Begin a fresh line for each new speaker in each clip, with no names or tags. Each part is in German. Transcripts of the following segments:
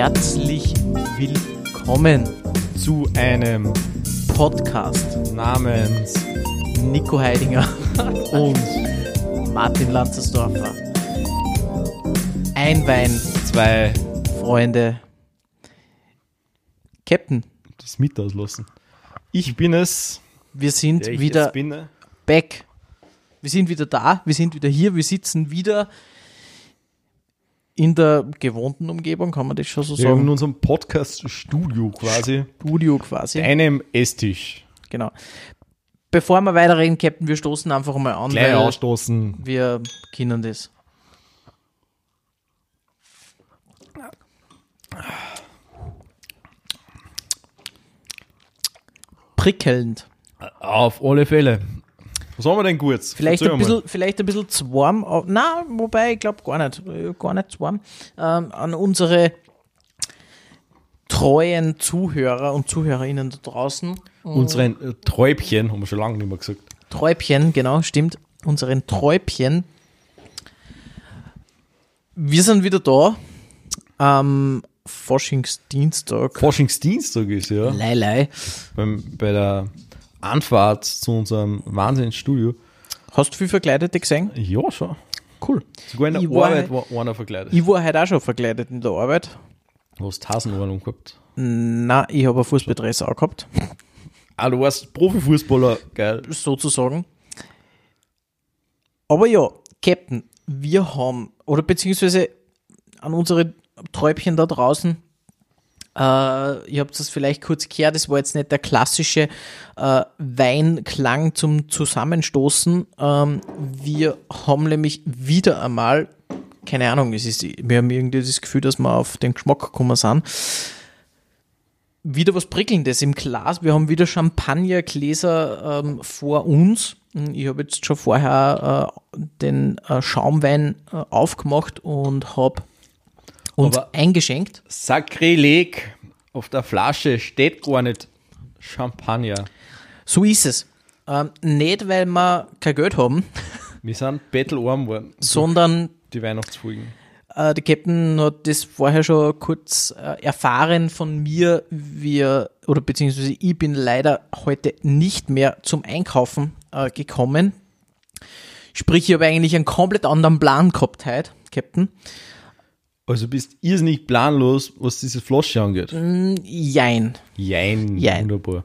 Herzlich willkommen
zu einem
Podcast
namens
Nico Heidinger
und
Martin Lanzersdorfer. Ein Wein,
zwei
Freunde. Captain,
das mit auslassen. Ich bin es.
wir sind
der ich
wieder
es bin.
back. Wir sind wieder da, wir sind wieder hier, wir sitzen wieder in der gewohnten Umgebung, kann man das schon so
Wir haben in
sagen?
unserem Podcast-Studio quasi,
Studio quasi.
einem Esstisch.
Genau. Bevor wir weiterreden, Captain, wir stoßen einfach mal an,
Gleich
weil
ausstoßen.
wir kennen das. Prickelnd.
Auf alle Fälle. Was haben wir denn kurz?
Vielleicht
Erzähl mal.
ein bisschen zu warm. Na, wobei, ich glaube gar nicht zu warm. An unsere treuen Zuhörer und Zuhörerinnen da draußen.
Unseren Träubchen, haben wir schon lange nicht mehr gesagt.
Träubchen, genau, stimmt. Unseren Träubchen. Wir sind wieder da am Faschingsdienstag.
Faschingsdienstag ist ja.
Leilei.
Bei der Anfahrt zu unserem Wahnsinnsstudio.
Hast du viel Verkleidete gesehen?
Ja, schon.
Cool.
Sogar in der
Ich war
Arbeit war einer verkleidet.
Ich war heute auch schon verkleidet in der Arbeit.
Du hast Hasenohren umgehabt.
Na, ich habe einen Fußballdress auch gehabt,
Ah, du warst Profifußballer, geil.
sozusagen. Aber ja, Captain, wir haben, oder beziehungsweise an unsere Träubchen da draußen, ihr habt das vielleicht kurz gehört, das war jetzt nicht der klassische Weinklang zum Zusammenstoßen. Wir haben nämlich wieder einmal, keine Ahnung, wir haben irgendwie das Gefühl, dass wir auf den Geschmack gekommen sind, wieder was Prickelndes im Glas. Wir haben wieder Champagnergläser vor uns. Ich habe jetzt schon vorher den Schaumwein aufgemacht und habe uns
Aber
eingeschenkt.
Sakrileg, auf der Flasche steht gar nicht Champagner.
So ist es. Nicht, weil wir kein Geld haben,
Wir sind bettelarm geworden.
sondern
Die Weihnachtsfolgen.
der Captain hat das vorher schon kurz erfahren von mir, beziehungsweise ich bin leider heute nicht mehr zum Einkaufen gekommen. Sprich, ich habe eigentlich einen komplett anderen Plan gehabt heute, Captain.
Also bist irrsinnig planlos, was diese Flasche angeht.
Jein.
Jein.
Jein.
Wunderbar.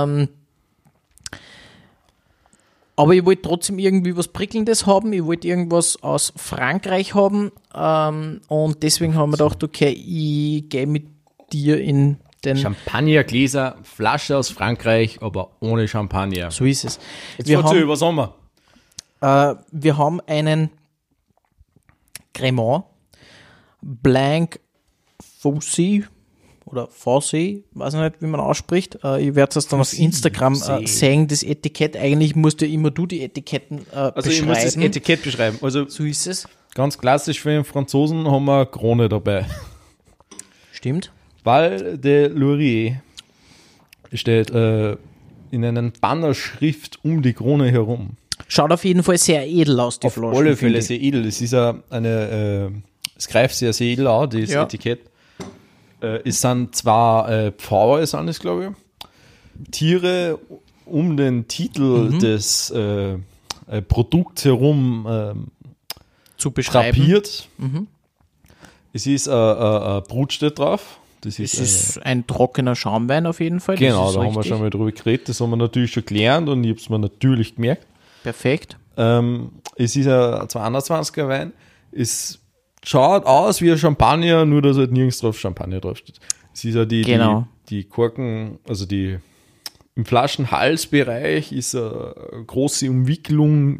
Aber ich wollte trotzdem irgendwie was Prickelndes haben. Ich wollte irgendwas aus Frankreich haben. Und deswegen haben wir gedacht, okay, ich gehe mit dir in den...
Champagnergläser, Flasche aus Frankreich, aber ohne Champagner.
So ist es.
Jetzt
Wir
erzähl,
haben,
was haben wir?
wir haben einen Cremant Blanc Fossey oder Fossey, weiß nicht, wie man ausspricht. Ich werde es dann auf
Fossey,
Instagram
Fossey.
sehen, das Etikett. Eigentlich musst ja immer du die Etiketten
Also ich
beschreiben.
muss das Etikett beschreiben. Also
So ist es.
ganz klassisch für den Franzosen haben wir eine Krone dabei.
Stimmt.
Val de Laurier steht in einer Bannerschrift um die Krone herum.
Schaut auf jeden Fall sehr edel aus, die
Auf
Flaschen.
alle
finde
Fälle
ich.
sehr edel. Es ist es greift sehr edel an, das
Ja.
Etikett. Es sind zwei Pfauer, sind es, glaube ich. Tiere um den Titel des Produkts herum
Zu beschreiben.
drapiert. Es ist ein Brut steht drauf. Das
Es
ist
ist ein trockener Schaumwein auf jeden Fall.
genau,
das
da
ist
haben wir
richtig.
schon mal drüber geredet. Das haben wir natürlich schon gelernt und ich habe es mir natürlich gemerkt.
Perfekt.
Es ist ein 220er Wein. Es schaut aus wie ein Champagner, nur dass halt nirgends drauf Champagner draufsteht. Es ist ja
Genau.
die Korken, also im Flaschenhalsbereich ist eine große Umwicklung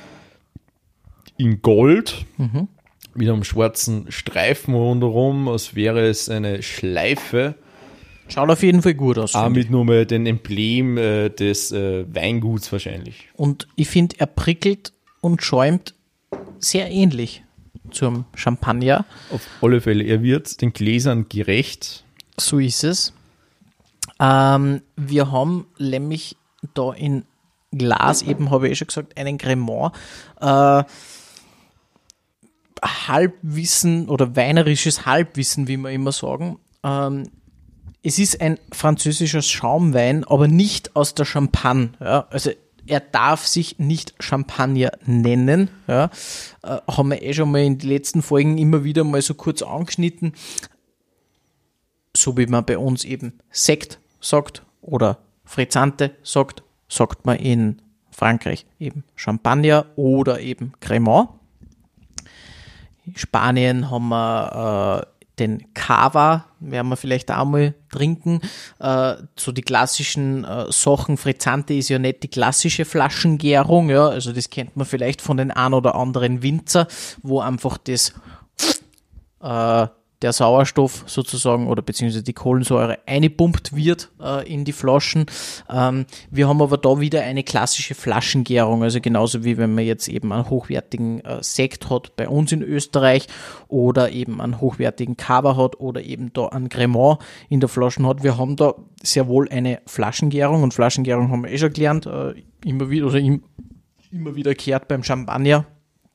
in Gold mit einem schwarzen Streifen rundherum, als wäre es eine Schleife,
Schaut auf jeden Fall gut aus.
auch
finde ich.
mit nur dem Emblem des Weinguts wahrscheinlich.
Und ich finde, er prickelt und schäumt sehr ähnlich zum Champagner.
Auf alle Fälle, er wird den Gläsern gerecht.
So ist es. Wir haben nämlich da in Glas, eben habe ich schon gesagt, einen Cremant. Halbwissen oder weinerisches Halbwissen, wie wir immer sagen. Es ist ein französischer Schaumwein, aber nicht aus der Champagne. Ja? Also er darf sich nicht Champagner nennen. Ja? Haben wir schon mal in den letzten Folgen immer wieder mal so kurz angeschnitten. So wie man bei uns eben Sekt sagt oder Frizzante sagt, sagt man in Frankreich eben Champagner oder eben Cremant. In Spanien haben wir den Cava, werden wir vielleicht auch mal trinken. So die klassischen Sachen, Frizzante ist ja nicht die klassische Flaschengärung, ja, also das kennt man vielleicht von den ein oder anderen Winzer, wo einfach das der Sauerstoff sozusagen oder beziehungsweise die Kohlensäure eingepumpt wird in die Flaschen. Wir haben aber da wieder eine klassische Flaschengärung, also genauso wie wenn man jetzt eben einen hochwertigen Sekt hat bei uns in Österreich oder eben einen hochwertigen Cava hat oder eben da einen Cremant in der Flaschen hat. Wir haben da sehr wohl eine Flaschengärung und Flaschengärung haben wir schon gelernt, immer wieder gehört beim Champagner,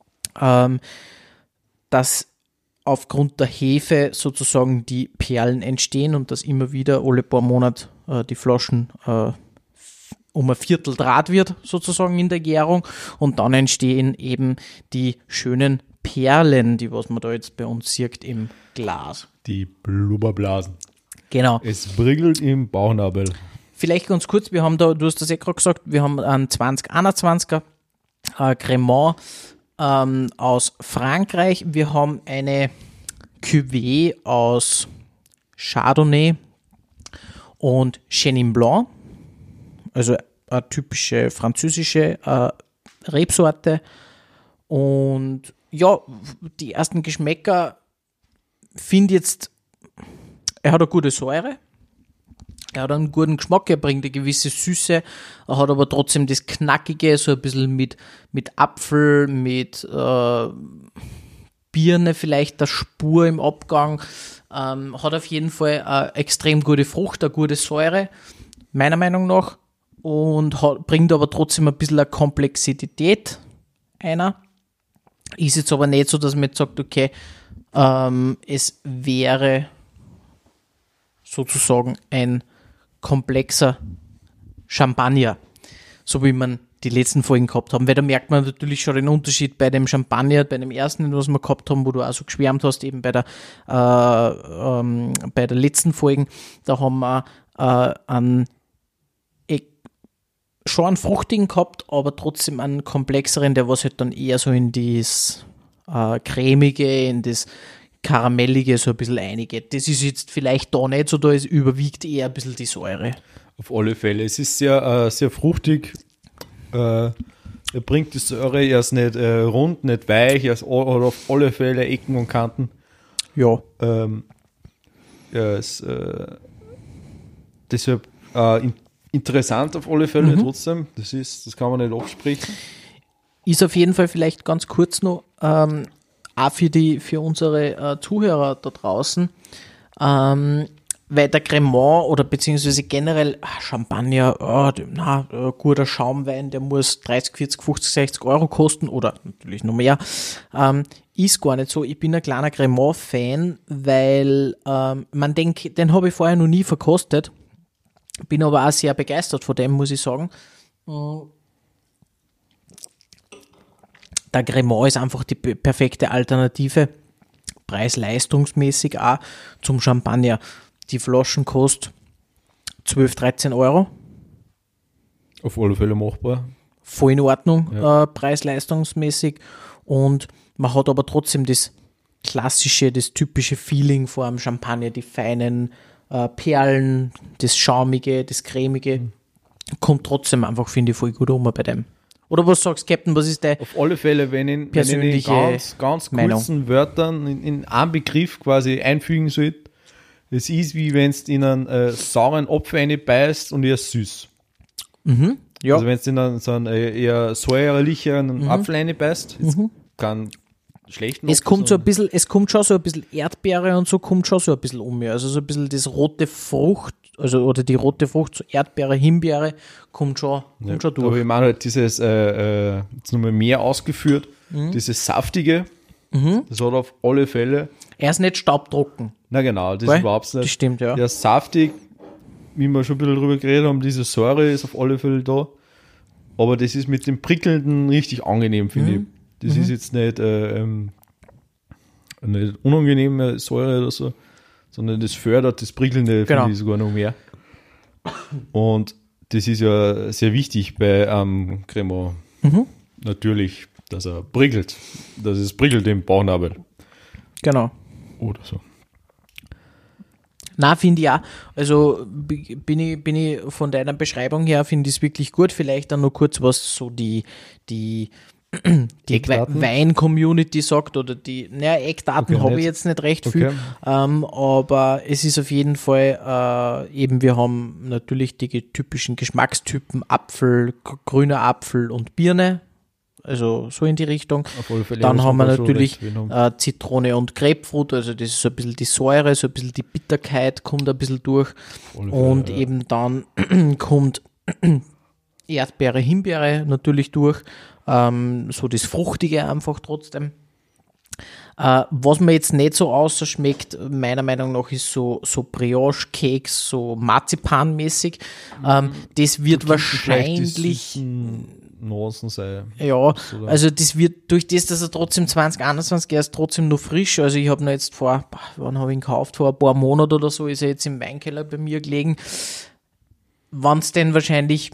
dass aufgrund der Hefe sozusagen die Perlen entstehen und dass immer wieder alle paar Monate die Flaschen um ein Viertel Draht wird sozusagen in der Gärung und dann entstehen eben die schönen Perlen, die was man da jetzt bei uns sieht im Glas.
Die Blubberblasen.
Genau.
Es briggelt im Bauchnabel.
Vielleicht ganz kurz, wir haben da, du hast das ja gerade gesagt, wir haben einen 2021er Cremant aus Frankreich. Wir haben eine Cuvée aus Chardonnay und Chenin Blanc, also eine typische französische Rebsorte. Und ja, die ersten Geschmäcker finde jetzt, er hat eine gute Säure. Er hat einen guten Geschmack, er bringt eine gewisse Süße, er hat aber trotzdem das Knackige, so ein bisschen mit Apfel, mit Birne vielleicht, der Spur im Abgang. Hat auf jeden Fall eine extrem gute Frucht, eine gute Säure, meiner Meinung nach, und bringt aber trotzdem ein bisschen eine Komplexität einer. Ist jetzt aber nicht so, dass man jetzt sagt, okay, es wäre sozusagen ein komplexer Champagner, so wie man die letzten Folgen gehabt haben, weil da merkt man natürlich schon den Unterschied bei dem Champagner, bei dem ersten, was wir gehabt haben, wo du auch so geschwärmt hast, eben bei der letzten Folgen, da haben wir schon einen fruchtigen gehabt, aber trotzdem einen komplexeren, der was halt dann eher so in das cremige, in das Karamellige so ein bisschen eingeht. Das ist jetzt vielleicht da nicht so, da überwiegt eher ein bisschen die Säure.
Auf alle Fälle. Es ist sehr, sehr fruchtig. Er bringt die Säure erst nicht rund, nicht weich, er hat auf alle Fälle Ecken und Kanten.
Ja.
Deshalb interessant auf alle Fälle trotzdem. Das kann man nicht absprechen.
Ist auf jeden Fall vielleicht ganz kurz noch auch für unsere Zuhörer da draußen, weil der Cremant oder beziehungsweise generell Champagner, guter Schaumwein, der muss 30, 40, 50, 60 Euro kosten oder natürlich noch mehr, ist gar nicht so. Ich bin ein kleiner Cremant-Fan, weil man denkt, den habe ich vorher noch nie verkostet, bin aber auch sehr begeistert von dem, muss ich sagen. Der Cremant ist einfach die perfekte Alternative, preis-leistungsmäßig auch zum Champagner. Die Flaschen kosten 12, 13 Euro.
Auf alle Fälle machbar.
Voll in Ordnung,
ja.
Preis-leistungsmäßig. Und man hat aber trotzdem das klassische, das typische Feeling vor dem Champagner, die feinen Perlen, das Schaumige, das Cremige. Kommt trotzdem einfach, finde ich, voll gut um bei dem. Oder was sagst du, Captain, was ist der
auf alle Fälle, wenn ich in ganz kurzen Wörtern in einen Begriff quasi einfügen sollte, es ist wie wenn du in einen sauren Apfel reinbeißt und er ist süß.
Mhm, ja.
Also wenn du in so einen eher säuerlicheren Apfel reinbeißt, kann schlecht
es kommt schon so ein bisschen Erdbeere und so kommt schon so ein bisschen um mir. Also so ein bisschen das rote Frucht, oder die rote Frucht, so Erdbeere, Himbeere, kommt schon durch.
Aber ich meine halt dieses, jetzt nochmal mehr ausgeführt, dieses Saftige, Das hat auf alle Fälle.
Er ist nicht staubtrocken.
Na genau, das ist überhaupt nicht.
Das stimmt, ja.
Der ist saftig, wie wir schon ein bisschen drüber geredet haben, diese Säure ist auf alle Fälle da. Aber das ist mit dem Prickelnden richtig angenehm, finde ich. Das ist jetzt nicht, nicht unangenehme Säure oder so, sondern das fördert das Prickelnde, finde ich sogar noch mehr. Und das ist ja sehr wichtig bei Cremant. Natürlich, dass er prickelt, dass es prickelt im Bauchnabel.
Genau.
Oder so.
Na, finde ich auch. Also bin ich von deiner Beschreibung her, finde ich es wirklich gut. Vielleicht dann noch kurz, was so die Wein-Community sagt oder Eckdaten habe ich jetzt nicht recht viel. Aber es ist auf jeden Fall eben, wir haben natürlich die typischen Geschmackstypen Apfel, grüner Apfel und Birne. Also so in die Richtung. Dann haben wir natürlich Zitrone und Grapefruit, also das ist so ein bisschen die Säure, so ein bisschen die Bitterkeit kommt ein bisschen durch. Und eben dann kommt Erdbeere, Himbeere natürlich durch, so das Fruchtige einfach trotzdem. Was mir jetzt nicht so außerschmeckt, meiner Meinung nach, ist so Brioche-Keks, so Marzipanmäßig. Das wird wahrscheinlich
Nuancen sein.
Ja, also das wird durch das, dass er trotzdem 2021 er ist trotzdem noch frisch. Also ich habe ihn jetzt wann habe ich ihn gekauft? Vor ein paar Monaten oder so ist er jetzt im Weinkeller bei mir gelegen. Wenn es denn wahrscheinlich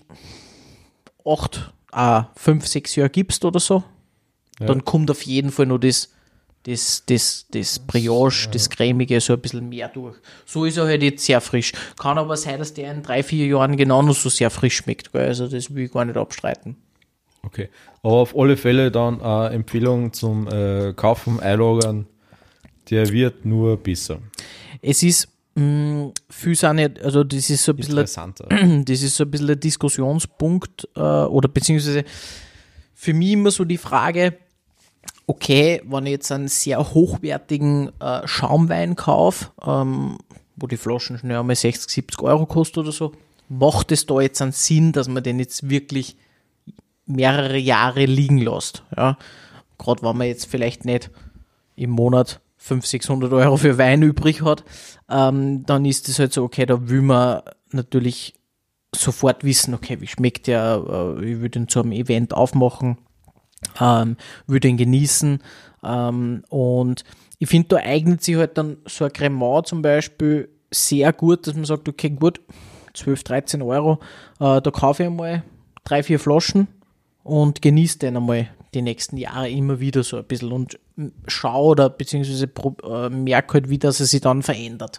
5, 6 Jahre gibst oder so, dann kommt auf jeden Fall noch das Brioche, das Cremige so ein bisschen mehr durch. So ist er halt jetzt sehr frisch. Kann aber sein, dass der in 3, 4 Jahren genau noch so sehr frisch schmeckt. Gell? Also das will ich gar nicht abstreiten.
Okay, aber auf alle Fälle dann eine Empfehlung zum Kaufen, Einlagern, der wird nur besser.
Es ist viel sind nicht, also das ist so ein bisschen ein Diskussionspunkt oder beziehungsweise für mich immer so die Frage, okay, wenn ich jetzt einen sehr hochwertigen Schaumwein kaufe, wo die Flaschen schnell einmal 60, 70 Euro kostet oder so, macht es da jetzt einen Sinn, dass man den jetzt wirklich mehrere Jahre liegen lässt? Ja? Gerade wenn man jetzt vielleicht nicht im Monat 500, 600 Euro für Wein übrig hat, dann ist es halt so, okay, da will man natürlich sofort wissen, okay, wie schmeckt der, ich will den zu einem Event aufmachen, will den genießen, und ich finde, da eignet sich halt dann so ein Cremant zum Beispiel sehr gut, dass man sagt, okay, gut, 12, 13 Euro, da kaufe ich einmal 3, 4 Flaschen und genieße den einmal die nächsten Jahre immer wieder so ein bisschen und schaue oder beziehungsweise merke halt, wie das sich dann verändert.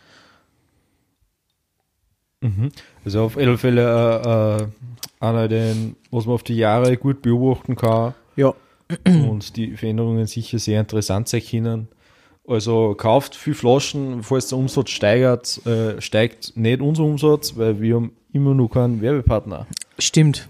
Also auf alle Fälle einer, was man auf die Jahre gut beobachten kann.
Ja.
Und die Veränderungen sicher sehr interessant sein können. Also kauft viel Flaschen, falls der Umsatz steigt nicht unser Umsatz, weil wir haben immer noch keinen Werbepartner.
Stimmt.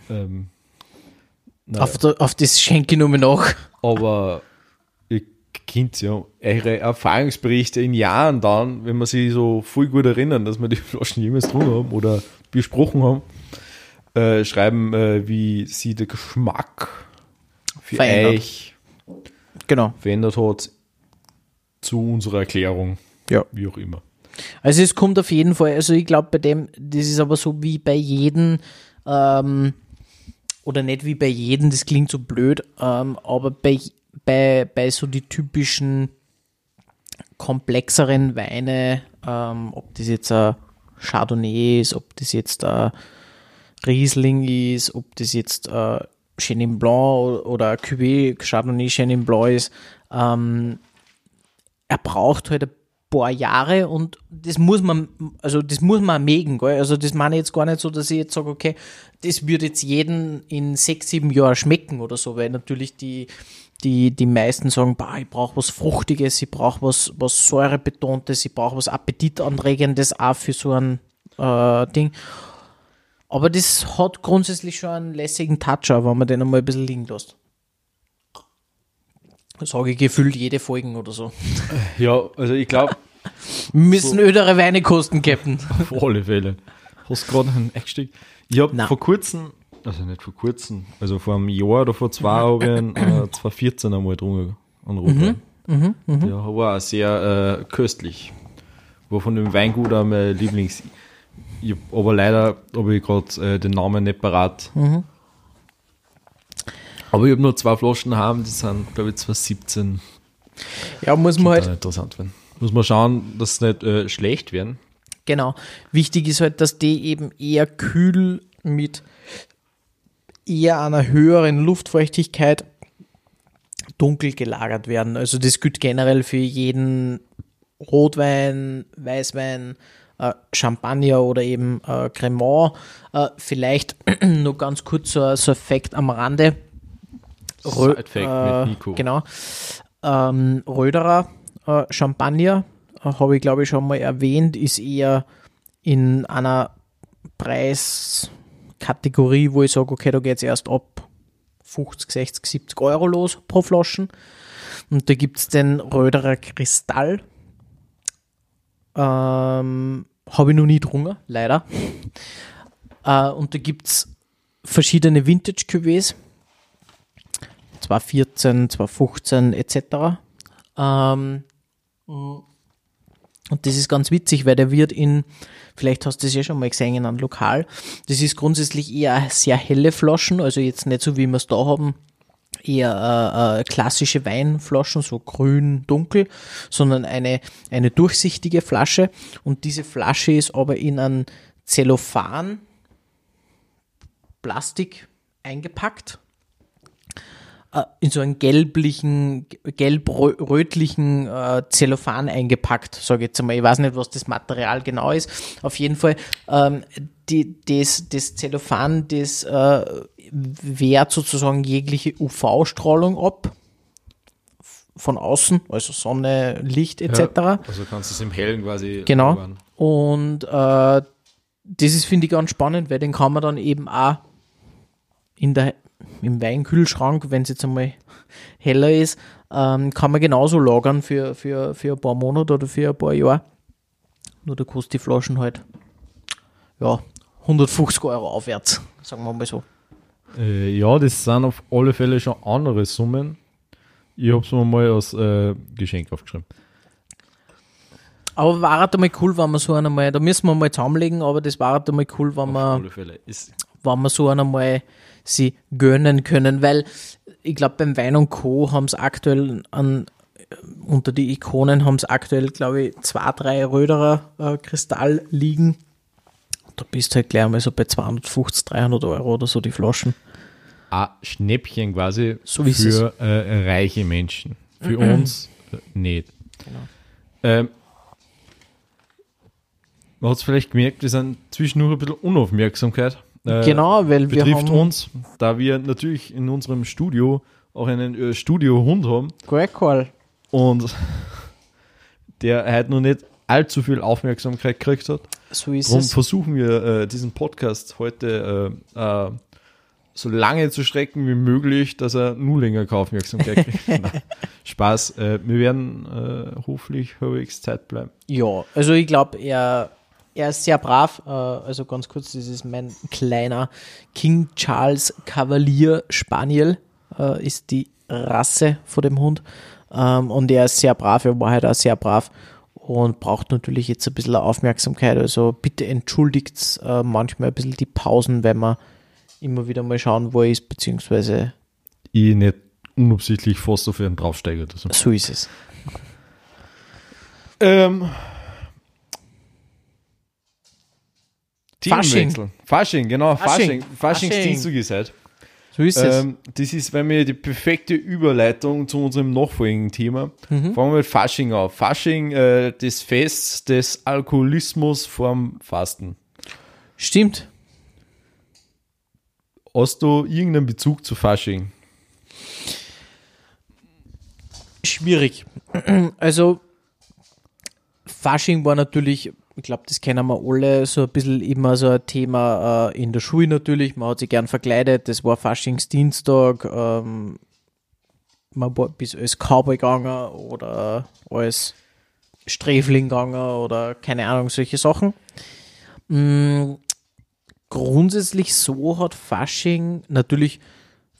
Auf das schenke ich nur nach.
Aber ihr kennt ja eure Erfahrungsberichte in Jahren dann, wenn man sich so voll gut erinnern, dass wir die Flaschen jemals drin haben oder besprochen haben, schreiben, wie sie der Geschmack für euch verändert hat zu unserer Erklärung.
Ja.
Wie auch immer.
Also es kommt auf jeden Fall, also ich glaube bei dem, das ist aber so wie bei jedem, oder nicht wie bei jedem, das klingt so blöd, aber bei so die typischen komplexeren Weine, ob das jetzt ein Chardonnay ist, ob das jetzt ein Riesling ist, ob das jetzt ein Chenin Blanc oder ein Cuvée Chardonnay Chenin Blanc ist, er braucht halt ein paar Jahre und das muss man mögen, gell? Also das meine ich jetzt gar nicht so, dass ich jetzt sage, okay, das würde jetzt jeden in 6, 7 Jahren schmecken oder so, weil natürlich die meisten sagen, ich brauche was Fruchtiges, ich brauche was Säurebetontes, ich brauche was Appetitanregendes auch für so ein Ding. Aber das hat grundsätzlich schon einen lässigen Touch, wenn man den einmal ein bisschen liegen lässt. Sage ich gefühlt jede Folgen oder so.
Ja, also ich glaube...
müssen ödere Weine kosten, Captain.
Auf alle Fälle. Hast du gerade einen eingestiegen? Ich habe vor kurzem, also nicht vor kurzem, also vor einem Jahr oder vor 2 Jahren, 2014 einmal drungen an Rotwein. Der war auch sehr köstlich. War von dem Weingut auch mein Lieblings. Aber leider habe ich gerade den Namen nicht parat. Aber ich habe nur 2 Flaschen haben, die sind, glaube ich, 2017.
Ja, muss man halt.
Interessant werden. Muss man schauen, dass sie nicht schlecht werden.
Genau. Wichtig ist halt, dass die eben eher kühl mit eher einer höheren Luftfeuchtigkeit dunkel gelagert werden. Also das gilt generell für jeden Rotwein, Weißwein, Champagner oder eben Cremant. Vielleicht nur ganz kurz so ein Effekt am Rande.
Side-Fact mit Nico.
Genau. Röderer Champagner, habe ich glaube ich schon mal erwähnt, ist eher in einer Preiskategorie, wo ich sage, okay, da geht es erst ab 50, 60, 70 Euro los pro Flaschen. Und da gibt es den Röderer Kristall. Habe ich noch nie getrunken, leider. Und da gibt es verschiedene Vintage-Cuvées. 2014, 2015 etc. Und das ist ganz witzig, weil der wird vielleicht hast du das ja schon mal gesehen in einem Lokal, das ist grundsätzlich eher sehr helle Flaschen, also jetzt nicht so wie wir es da haben, eher klassische Weinflaschen, so grün, dunkel, sondern eine durchsichtige Flasche, und diese Flasche ist aber in ein Zellophan Plastik eingepackt, in so einen gelb-rötlichen Zellophan eingepackt, sage ich jetzt einmal. Ich weiß nicht, was das Material genau ist. Auf jeden Fall, das Zellophan, das wehrt sozusagen jegliche UV-Strahlung ab, von außen, also Sonne, Licht etc.
Ja, also kannst du es im Hellen quasi
Genau.
lagern.
Und das ist, finde ich, ganz spannend, weil den kann man dann eben auch im Weinkühlschrank, wenn es jetzt einmal heller ist, kann man genauso lagern für ein paar Monate oder für ein paar Jahre. Nur da kostet die Flaschen halt 150 Euro aufwärts, sagen wir mal so.
Ja, das sind auf alle Fälle schon andere Summen. Ich habe es mir mal als Geschenk aufgeschrieben.
Aber war halt einmal cool, wenn wir so einen mal, da müssen wir mal zusammenlegen, aber das war halt einmal cool, wenn wir,
Auf alle Fälle.
wenn wir so einen mal sie gönnen können, weil ich glaube, beim Wein und Co. haben es aktuell unter die Ikonen haben es aktuell, glaube ich, 2, 3 Röderer Kristall liegen. Da bist du halt gleich mal so bei 250, 300 Euro oder so die Flaschen.
Ein Schnäppchen quasi
So ist
für reiche Menschen. Für uns nicht.
Genau.
Man hat es vielleicht gemerkt, wir sind zwischendurch ein bisschen Unaufmerksamkeit.
Genau, weil wir
betrifft
haben
uns, da wir natürlich in unserem Studio auch einen Studiohund haben
Call.
und der heute noch nicht allzu viel Aufmerksamkeit gekriegt hat.
So ist
Darum
es.
versuchen wir diesen Podcast heute so lange zu strecken wie möglich, dass er nur länger keine Aufmerksamkeit kriegt. Nein, Spaß. Wir werden hoffentlich halbwegs Zeit bleiben.
Ja, also ich glaube, er ist sehr brav. Also ganz kurz, das ist mein kleiner King Charles Cavalier Spaniel, ist die Rasse von dem Hund. Und er ist sehr brav, er war halt auch sehr brav und braucht natürlich jetzt ein bisschen Aufmerksamkeit. Also bitte entschuldigt manchmal ein bisschen die Pausen, wenn wir immer wieder mal schauen, wo er ist, beziehungsweise
Ich nicht unabsichtlich fast auf einen draufsteige oder so.
so ist es.
Themenwechsel. Fasching, genau.
Fasching.
Faschingsdienstag ist heute.
So ist es.
Das ist bei mir die perfekte Überleitung zu unserem nachfolgenden Thema. Fangen wir mit Fasching auf. Fasching, das Fest des Alkoholismus vorm Fasten.
Stimmt.
Hast du irgendeinen Bezug zu Fasching?
Schwierig. Also Fasching war natürlich, ich glaube, das kennen wir alle, so ein bisschen immer so ein Thema in der Schule natürlich. Man hat sich gern verkleidet, das war Faschingsdienstag. Man war bis als Cowboy gegangen oder als Sträfling gegangen oder keine Ahnung, solche Sachen. Grundsätzlich so hat Fasching natürlich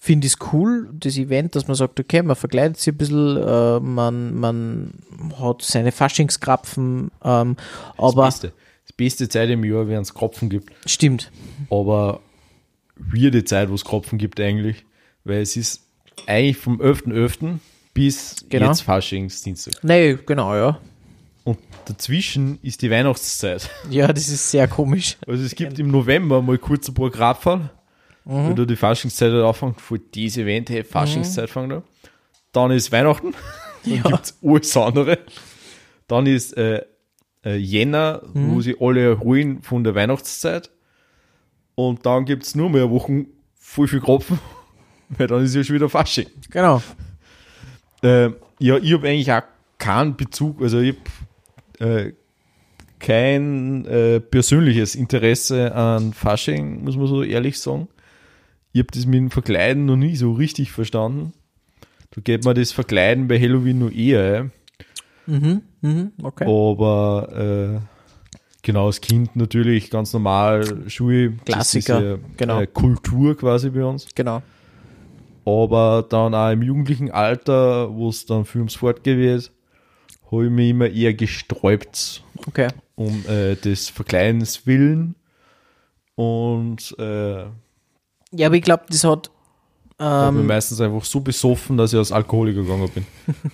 finde ich es cool, das Event, dass man sagt, okay, man verkleidet sich ein bisschen, man hat seine Faschingskrapfen, aber...
Das beste Zeit im Jahr, wenn es Krapfen gibt.
Stimmt.
Aber weirde Zeit, wo es Krapfen gibt eigentlich, weil es ist eigentlich vom 11.11. bis jetzt Faschingsdienstag.
Nee, genau, ja.
Und dazwischen ist die Weihnachtszeit.
Ja, das ist sehr komisch.
Also es gibt im November mal kurz ein paar Krapfen, wenn da die Faschingszeit halt anfängt, vor dieses Event, hey, Faschingszeit fängt an. Dann ist Weihnachten, dann gibt es alles andere. Dann ist Jänner, wo sie alle erholen von der Weihnachtszeit. Und dann gibt es nur mehr Wochen voll viel Krapfen, weil dann ist ja schon wieder Fasching.
Genau.
Ja, ich habe eigentlich auch keinen Bezug, also ich habe kein persönliches Interesse an Fasching, muss man so ehrlich sagen. Ich habe das mit dem Verkleiden noch nie so richtig verstanden. Da geht mir das Verkleiden bei Halloween noch eher.
Okay.
Aber genau, als Kind natürlich ganz normal, Schule.
Klassiker, genau.
Kultur quasi bei uns.
Genau.
Aber dann auch im jugendlichen Alter, wo es dann viel ums Fortgehen wird, habe ich mich immer eher gesträubt.
Okay.
Um des Verkleidens willen. Und
ja, aber ich glaube, das hat...
ich bin meistens einfach so besoffen, dass ich als Alkoholiker gegangen bin.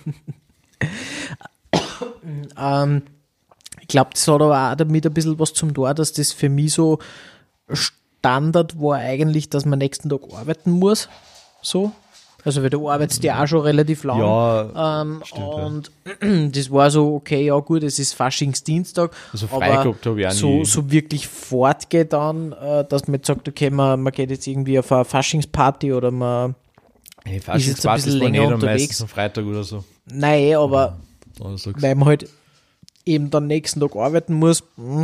Ich glaube, das hat aber auch damit ein bisschen was zum tun, dass das für mich so Standard war eigentlich, dass man nächsten Tag arbeiten muss. So. Also, weil du arbeitest ja auch schon relativ lang.
Ja, stimmt,
und das war so, okay, ja gut, es ist Faschingsdienstag.
Also frei gehabt habe ich auch nie.
So wirklich fortgeht dann, dass man jetzt sagt, okay, man geht jetzt irgendwie auf eine Faschingsparty oder man
hey,
ist jetzt ein bisschen länger unterwegs.
Am Freitag oder so.
Nein, aber weil man halt eben dann nächsten Tag arbeiten muss,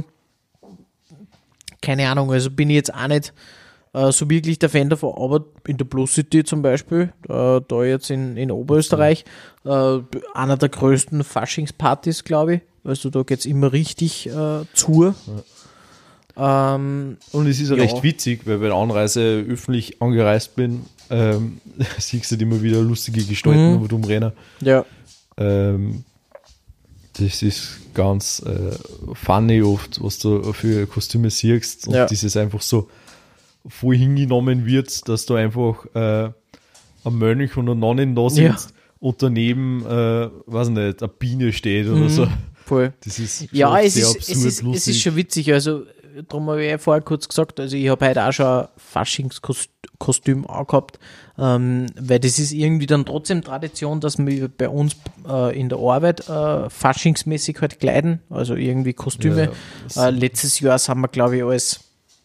keine Ahnung, also bin ich jetzt auch nicht so wirklich der Fan davon, aber in der Plus City zum Beispiel, da jetzt in Oberösterreich, einer der größten Faschingspartys, glaube ich. Also da geht es immer richtig zu.
Ja. Und es ist ja recht witzig, weil bei der Anreise öffentlich angereist bin, siehst du immer wieder lustige Gestalten, wo du umrennen.
Ja.
Das ist ganz funny oft, was du für Kostüme siehst und dieses einfach so voll hingenommen wird, dass du einfach ein Mönch und eine Nonnin da sitzt und daneben, weiß nicht, eine Biene steht oder so.
Voll.
Das ist
ja, es
sehr
ist,
absurd
es ist schon witzig, also darum habe ich ja vorher kurz gesagt, also ich habe heute auch schon ein Faschingskostüm angehabt, weil das ist irgendwie dann trotzdem Tradition, dass wir bei uns in der Arbeit faschingsmäßig halt kleiden, also irgendwie Kostüme. Letztes Jahr sind wir, glaube ich, als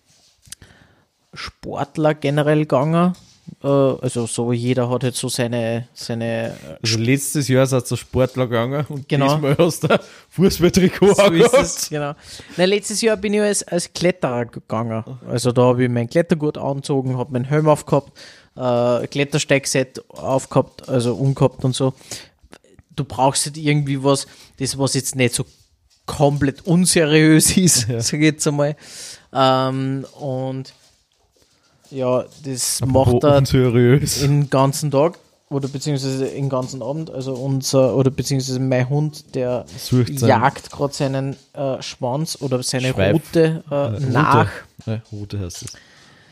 Sportler generell gegangen. Also so jeder hat jetzt so seine
also letztes Jahr seid ihr Sportler gegangen und
diesmal
hast du Fußballtrikot
so ist es, genau. Nein, letztes Jahr bin ich als Kletterer gegangen. Also da habe ich mein Klettergurt angezogen, habe meinen Helm aufgehabt, Klettersteigset aufgehabt, also umgehabt und so. Du brauchst halt irgendwie was jetzt nicht so komplett unseriös ist, sag ich jetzt einmal. Und ja, das macht er den ganzen Tag oder beziehungsweise den ganzen Abend. Also beziehungsweise mein Hund, der jagt gerade seinen Schwanz oder seine Rute nach.
Rute heißt es.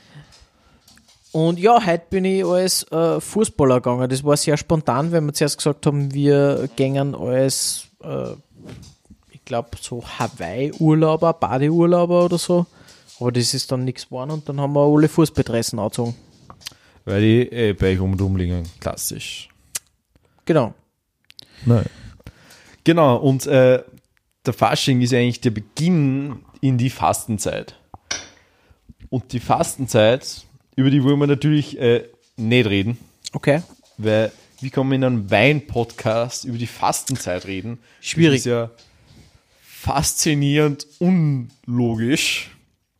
Und ja, heute bin ich als Fußballer gegangen. Das war sehr spontan, weil wir zuerst gesagt haben, wir gingen als, ich glaube, so Hawaii-Urlauber, Badeurlauber oder so. Aber das ist dann nichts geworden und dann haben wir alle Fußballtressen angezogen.
Weil die bei euch rumliegen, klassisch.
Genau.
Nein. Genau, und der Fasching ist eigentlich der Beginn in die Fastenzeit. Und die Fastenzeit, über die wollen wir natürlich nicht reden.
Okay.
Weil, wie kann man in einem Wein-Podcast über die Fastenzeit reden?
Schwierig.
Das ist ja faszinierend unlogisch.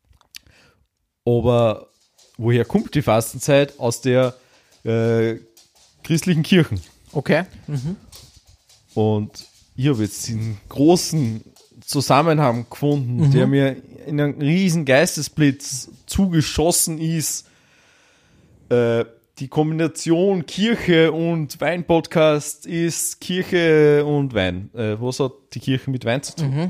Aber woher kommt die Fastenzeit? Aus der christlichen Kirchen.
Okay.
Und ich habe jetzt einen großen Zusammenhang gefunden, der mir in einen riesen Geistesblitz zugeschossen ist. die Kombination Kirche und Wein-Podcast ist Kirche und Wein. Was hat die Kirche mit Wein zu tun?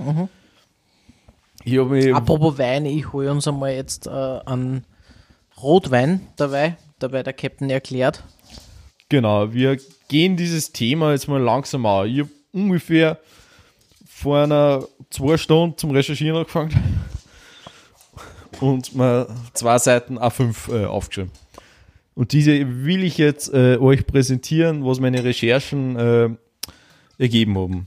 Ich hab mich
Apropos Wein, ich hole uns einmal jetzt einen Rotwein dabei der Captain erklärt.
Genau, wir gehen dieses Thema jetzt mal langsam an. Ich habe ungefähr vor 2 Stunden zum Recherchieren angefangen und mal 2 Seiten A5 aufgeschrieben. Und diese will ich jetzt euch präsentieren, was meine Recherchen ergeben haben.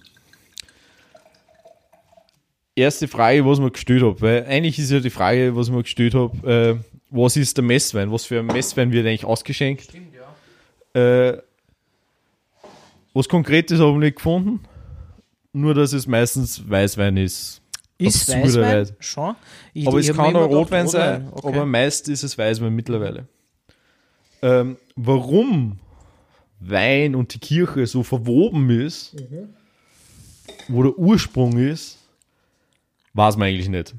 Erste Frage, was ich mir gestellt habe, weil eigentlich ist ja die Frage, was ich mir gestellt habe, was ist der Messwein? Was für ein Messwein wird eigentlich ausgeschenkt? Stimmt, ja. Was Konkretes habe ich nicht gefunden, nur dass es meistens Weißwein ist.
Ist Weißwein? Schon.
Aber es kann auch Rotwein sein, okay. Aber meist ist es Weißwein mittlerweile. Warum Wein und die Kirche so verwoben ist, wo der Ursprung ist, weiß man eigentlich nicht.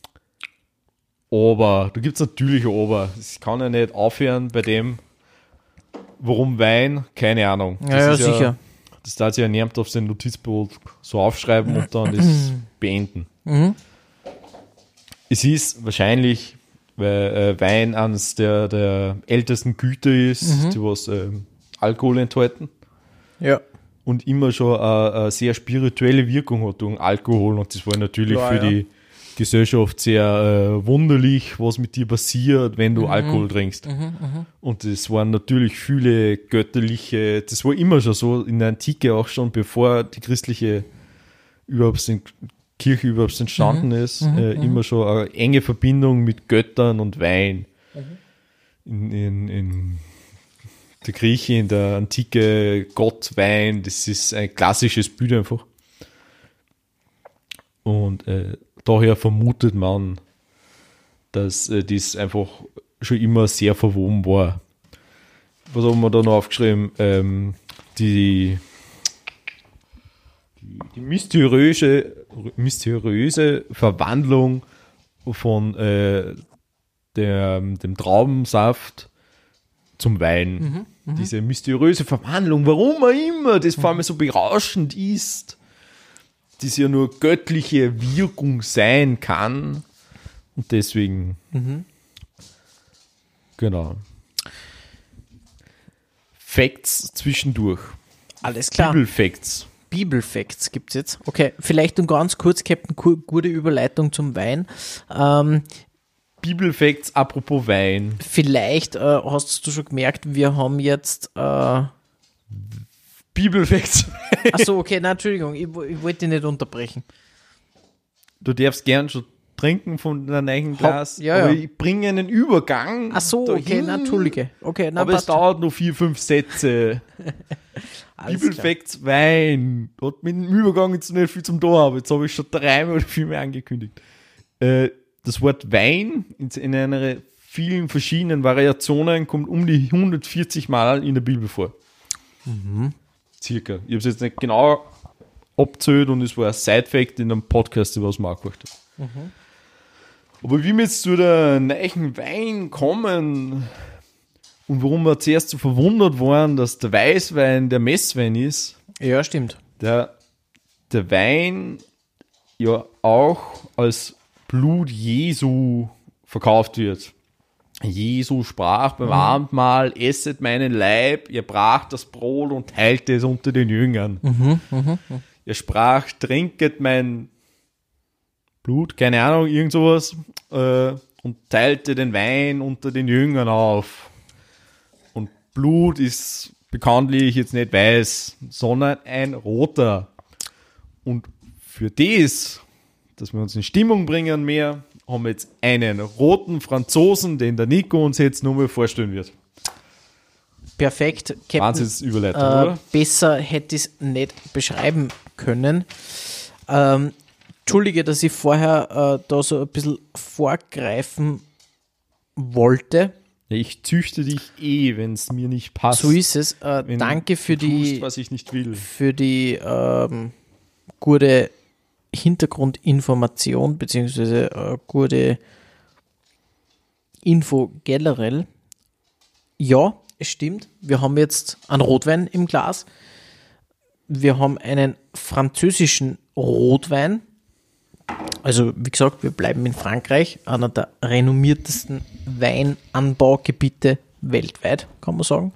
Aber, da gibt es natürlich Aber. Ich kann ja nicht aufhören bei dem, warum Wein, keine Ahnung. Das
ja,
ist
sicher.
Das darf sich ja niemand auf sein Notizboard so aufschreiben und dann das beenden. Es ist wahrscheinlich, weil Wein eines der ältesten Güter ist, die was Alkohol enthalten.
Ja.
Und immer schon eine sehr spirituelle Wirkung hat durch Alkohol. Und das war natürlich für die Gesellschaft sehr wunderlich, was mit dir passiert, wenn du Alkohol trinkst. Und das waren natürlich viele götterliche, das war immer schon so in der Antike auch schon, bevor die christliche Kirche überhaupt entstanden ist, immer schon eine enge Verbindung mit Göttern und Wein. In der Grieche, in der Antike, Gott, Wein, das ist ein klassisches Bild einfach. Und daher vermutet man, dass das einfach schon immer sehr verwoben war. Was haben wir da noch aufgeschrieben? Die mysteriöse Verwandlung von dem Traubensaft zum Wein. Diese mysteriöse Verwandlung, warum auch immer das vor allem so berauschend ist, das ja nur göttliche Wirkung sein kann. Und deswegen, genau. Facts zwischendurch.
Alles klar.
Bibelfacts.
Bibelfacts gibt es jetzt. Okay, vielleicht um ganz kurz, Captain, gute Überleitung zum Wein.
Bibelfacts apropos Wein.
Vielleicht hast du schon gemerkt, wir haben jetzt
Bibelfacts.
Achso, okay, nein, Entschuldigung, ich wollte dich nicht unterbrechen.
Du darfst gern schon trinken von deinem eigenen Glas,
ja,
aber
ja.
ich bringe einen Übergang.
Achso, okay, nein, Entschuldige. Okay, nein,
aber es dauert noch 4-5 Sätze. Bibelfacts Wein. Hat mit dem Übergang jetzt nicht viel zum Tor, aber jetzt habe ich schon 3 oder 4 Mal angekündigt. Das Wort Wein in einer vielen verschiedenen Variationen kommt um die 140 Mal in der Bibel vor. Circa. Ich habe es jetzt nicht genau abgezählt und es war ein Side-Fact in einem Podcast, was man auch gemacht hat. Aber wie wir jetzt zu der neuen Wein kommen und warum wir zuerst so verwundert waren, dass der Weißwein der Messwein ist.
Ja, stimmt.
Der Wein ja auch als Blut Jesu verkauft wird. Jesu sprach beim Abendmahl, esset meinen Leib, er brach das Brot und teilte es unter den Jüngern. Er sprach, trinket mein Blut, keine Ahnung, irgend sowas, und teilte den Wein unter den Jüngern auf. Und Blut ist bekanntlich jetzt nicht weiß, sondern ein roter. Und für das, dass wir uns in Stimmung bringen mehr, haben wir jetzt einen roten Franzosen, den der Nico uns jetzt nur mal vorstellen wird.
Perfekt, Captain.
Wahnsinnsüberleitung, oder?
Besser hätte ich es nicht beschreiben können. Entschuldige, dass ich vorher da so ein bisschen vorgreifen wollte.
Ja, ich züchte dich wenn es mir nicht passt.
So ist es. Danke für
tust, was ich nicht will.
Für die gute Hintergrundinformation beziehungsweise gute Info generell. Ja, es stimmt. Wir haben jetzt einen Rotwein im Glas. Wir haben einen französischen Rotwein. Also, wie gesagt, wir bleiben in Frankreich, einer der renommiertesten Weinanbaugebiete weltweit, kann man sagen.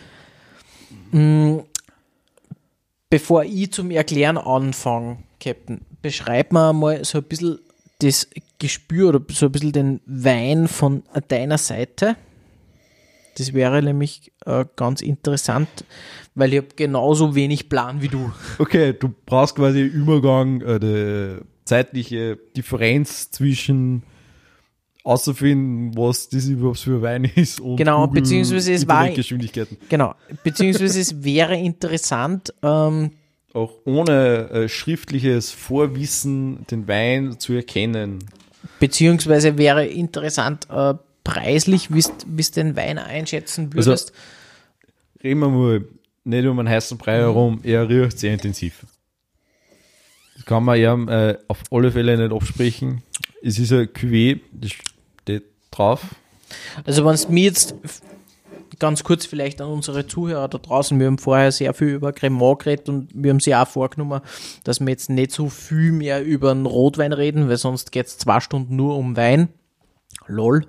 Bevor ich zum Erklären anfange, Captain, beschreib mir mal so ein bisschen das Gespür oder so ein bisschen den Wein von deiner Seite. Das wäre nämlich ganz interessant, weil ich habe genauso wenig Plan wie du.
Okay, du brauchst quasi einen Übergang, die zeitliche Differenz zwischen auszufinden, was das überhaupt für Wein ist und
Genau,
Google
beziehungsweise
Internetgeschwindigkeiten.
Genau, beziehungsweise es wäre interessant,
Auch ohne schriftliches Vorwissen den Wein zu erkennen.
beziehungsweise wäre interessant, preislich, wie du den Wein einschätzen würdest.
Reden wir mal nicht um einen heißen Brei herum, er riecht sehr intensiv. Das kann man ja auf alle Fälle nicht absprechen. Es ist ein Cuvée, das steht drauf.
Also wenn es mir jetzt ganz kurz vielleicht an unsere Zuhörer da draußen, wir haben vorher sehr viel über Cremant geredet und wir haben sich auch vorgenommen, dass wir jetzt nicht so viel mehr über einen Rotwein reden, weil sonst geht es 2 Stunden nur um Wein. Lol.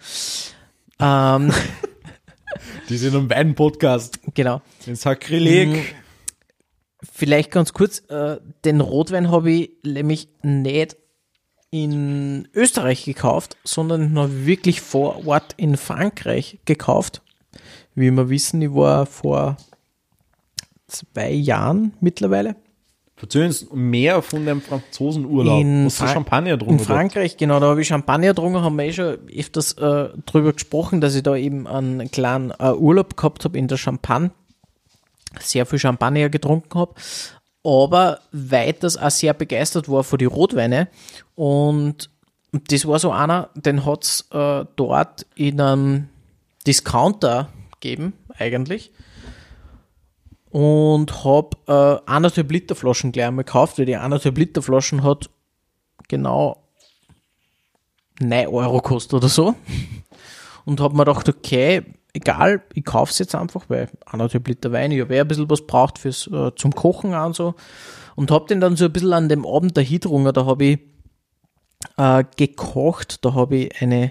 Die sind am Wein-Podcast.
Genau.
Den Sakrileg.
Vielleicht ganz kurz, den Rotwein habe ich nämlich nicht in Österreich gekauft, sondern noch wirklich vor Ort in Frankreich gekauft. Wie wir wissen, ich war vor 2 Jahren mittlerweile.
Erzähl uns mehr von dem Franzosenurlaub. Hast du Champagner
In
getrunken?
Frankreich, genau, da habe ich Champagner getrunken, haben wir schon öfters drüber gesprochen, dass ich da eben einen kleinen Urlaub gehabt habe in der Champagne, sehr viel Champagner getrunken habe, aber weiters auch sehr begeistert war von die Rotweine und das war so einer, den hat es dort in einem Discounter gegeben, eigentlich. Und habe 1,5 Liter Flaschen gleich einmal gekauft, weil die 1,5 Liter Flaschen hat genau 9 Euro gekostet oder so. Und habe mir gedacht, okay, egal, ich kaufe es jetzt einfach, weil 1,5 Liter Wein, ich habe ein bisschen was braucht fürs zum Kochen auch und so. Und habe den dann so ein bisschen an dem Abend dahin getrunken, da habe ich gekocht, da habe ich eine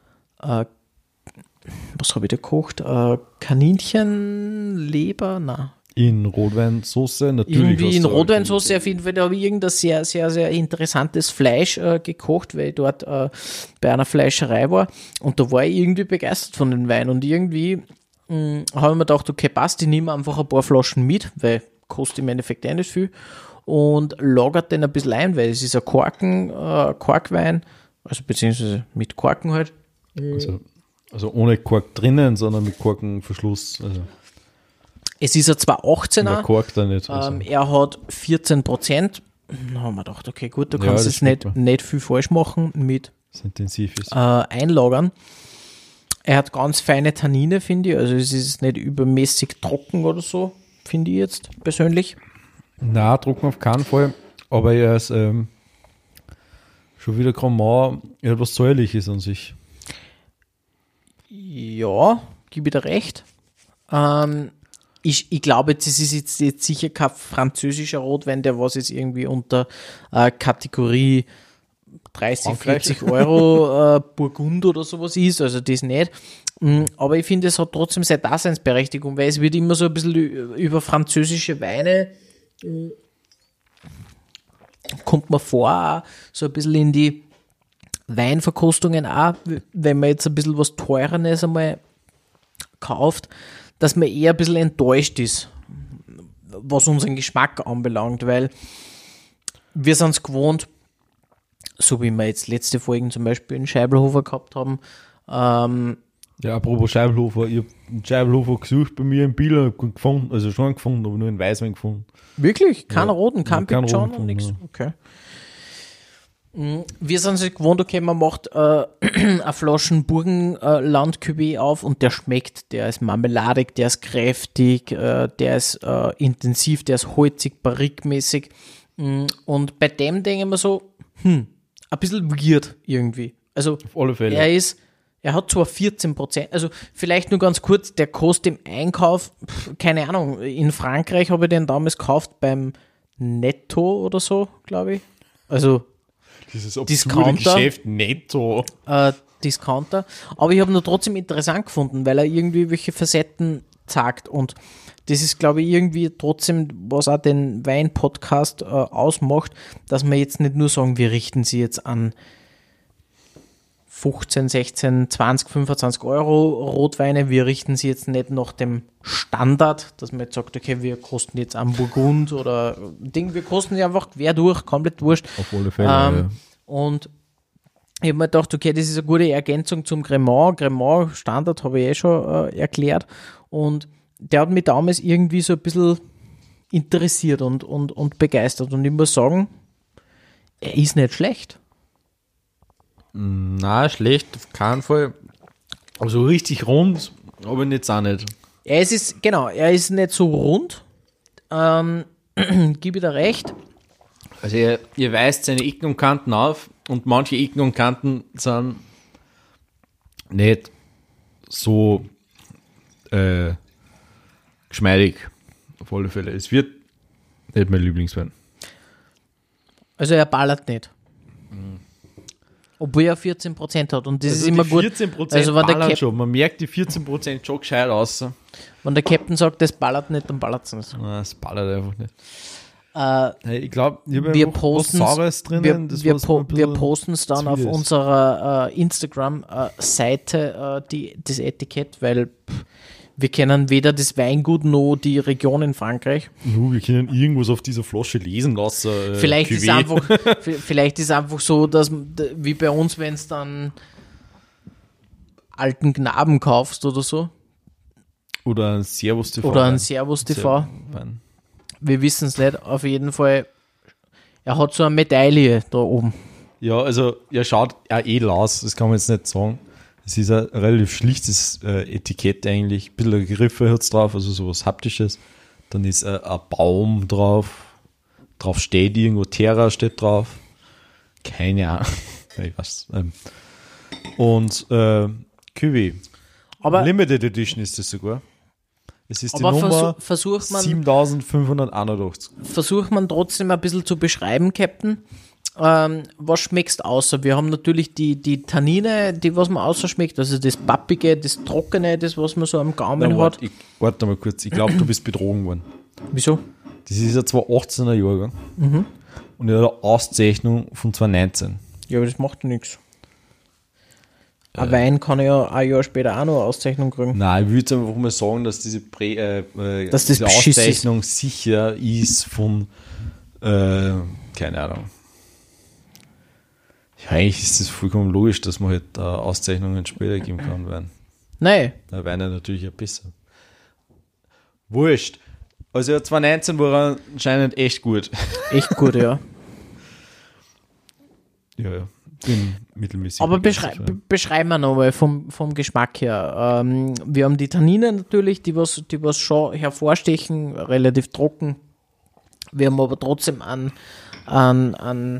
was habe ich da gekocht? Kaninchenleber? Nein.
In Rotweinsauce, natürlich.
Irgendwie in Rotweinsauce auf jeden Fall. Da habe ich irgendein sehr, sehr, sehr interessantes Fleisch gekocht, weil ich dort bei einer Fleischerei war. Und da war ich irgendwie begeistert von den Wein. Und irgendwie habe ich mir gedacht, okay, passt, ich nehme einfach ein paar Flaschen mit, weil kostet im Endeffekt eh nicht viel. Und lagert den ein bisschen ein, weil es ist ein Korkwein, also beziehungsweise mit Korken halt.
Also ohne Kork drinnen, sondern mit Korkenverschluss. Also
es ist ein 218er.
Kork da nicht. Also.
Er hat 14%. Da haben wir gedacht, okay, gut, da kannst du jetzt nicht viel falsch machen mit
intensiv ist.
Einlagern. Er hat ganz feine Tannine, finde ich. Also es ist nicht übermäßig trocken oder so, finde ich jetzt persönlich.
Na, trocken auf keinen Fall. Aber er ist schon wieder Cremant, etwas säuerliches an sich.
Ja, gebe ich dir recht. Ich glaube, das ist jetzt sicher kein französischer Rotwein, der was jetzt irgendwie unter Kategorie 30,
Frankreich.
40 Euro Burgund oder sowas ist, also das nicht. Aber ich finde, es hat trotzdem seine Daseinsberechtigung, weil es wird immer so ein bisschen über französische Weine kommt man vor, so ein bisschen in die Weinverkostungen auch, wenn man jetzt ein bisschen was Teureres einmal kauft, dass man eher ein bisschen enttäuscht ist, was unseren Geschmack anbelangt, weil wir sind es gewohnt, so wie wir jetzt letzte Folgen zum Beispiel in Scheibelhofer gehabt haben.
Ja, apropos Scheibelhofer, ich habe einen Scheibelhofer gesucht bei mir in Biel, gefunden, also schon gefunden, aber nur einen Weißwein gefunden.
Wirklich? Keinen roten, kein
keinen
Big John
roten
und nichts?
ja.
Okay. Wir sind sich gewohnt, okay, man macht eine Flaschen Burgenland-Cuvée auf und der schmeckt, der ist marmeladig, der ist kräftig, der ist intensiv, der ist holzig, barrikmäßig. Und bei dem denke ich mir so, ein bisschen weird irgendwie. Also
Auf alle Fälle.
er ist Er hat zwar 14%, also vielleicht nur ganz kurz, der kostet im Einkauf, keine Ahnung, in Frankreich habe ich den damals gekauft beim Netto oder so, glaube ich. Also
Dieses absurde
Discounter.
Geschäft Netto.
Discounter. Aber ich habe ihn trotzdem interessant gefunden, weil er irgendwie welche Facetten zeigt und das ist, glaube ich, irgendwie trotzdem, was auch den Wein-Podcast ausmacht, dass wir jetzt nicht nur sagen, wir richten sie jetzt an 15, 16, 20, 25 Euro Rotweine. Wir richten sie jetzt nicht nach dem Standard, dass man jetzt sagt, okay, wir kosten jetzt am Burgund oder Ding, wir kosten sie einfach quer durch, komplett wurscht.
Auf alle Fälle. Ja.
Und ich habe mir gedacht, okay, das ist eine gute Ergänzung zum Cremant. Cremant Standard habe ich schon erklärt. Und der hat mich damals irgendwie so ein bisschen interessiert und begeistert. Und ich muss sagen, er ist nicht schlecht.
Na, schlecht, auf keinen Fall. Aber so richtig rund, aber jetzt auch nicht.
Er ist nicht so rund. Gebe ich dir recht.
Also ihr weist seine Ecken und Kanten auf und manche Ecken und Kanten sind nicht so geschmeidig. Auf alle Fälle. Es wird nicht mein Lieblingswein.
Also er ballert nicht. Obwohl er 14% hat. Und das ist immer gut.
14%
Also wenn
ballern schon. Man merkt die 14% schon gescheit aus.
Wenn der Captain sagt, das ballert nicht, dann ballert es nicht.
Nein, es ballert einfach nicht.
Äh,
Ich glaube,
wir posten
was drinnen.
wir posten es dann auf unserer Instagram-Seite, das Etikett, weil wir kennen weder das Weingut noch die Region in Frankreich.
Wir können irgendwas auf dieser Flasche lesen lassen.
Vielleicht ist einfach so, dass wie bei uns, wenn es dann alten Knaben kaufst oder so.
Oder ein Servus TV.
Oder ein Servus TV. Wir wissen es nicht. Auf jeden Fall, er hat so eine Medaille da oben.
Ja, also er schaut ja edel aus, das kann man jetzt nicht sagen. Es ist ein relativ schlichtes Etikett eigentlich. Ein bisschen Griffe hat es drauf, also sowas Haptisches. Dann ist ein Baum drauf. Drauf steht irgendwo, Terra steht drauf. Keine Ahnung. Ich weiß. Und Cuvée.
Aber
Limited Edition ist das sogar. Es ist die
aber
Nummer
versucht man
7581.
versucht man trotzdem ein bisschen zu beschreiben, Captain. Was schmeckst außer? Wir haben natürlich die Tannine, die was man außer schmeckt, also das Pappige, das Trockene, das was man so am Gaumen hat.
Warte mal kurz, ich glaube, du bist betrogen worden.
Wieso?
Das ist ja 2018er Jahrgang und er hat eine Auszeichnung von 2019.
Ja, aber das macht nichts. Ein Wein kann ja ein Jahr später auch noch eine Auszeichnung kriegen.
Nein, ich würde einfach mal sagen, dass diese,
Dass das
diese
Beschiss
Auszeichnung sicher ist von, keine Ahnung. Ja, eigentlich ist es vollkommen logisch, dass man halt Auszeichnungen später geben kann, weil
Nein.
der Wein ja natürlich ja besser. Wurscht. Also ja, 2019 war er anscheinend echt gut.
Echt gut, ja.
Ja. Bin mittelmäßig.
Aber beschreiben wir nochmal vom Geschmack her. Wir haben die Tannine natürlich, die was schon hervorstechen, relativ trocken. Wir haben aber trotzdem an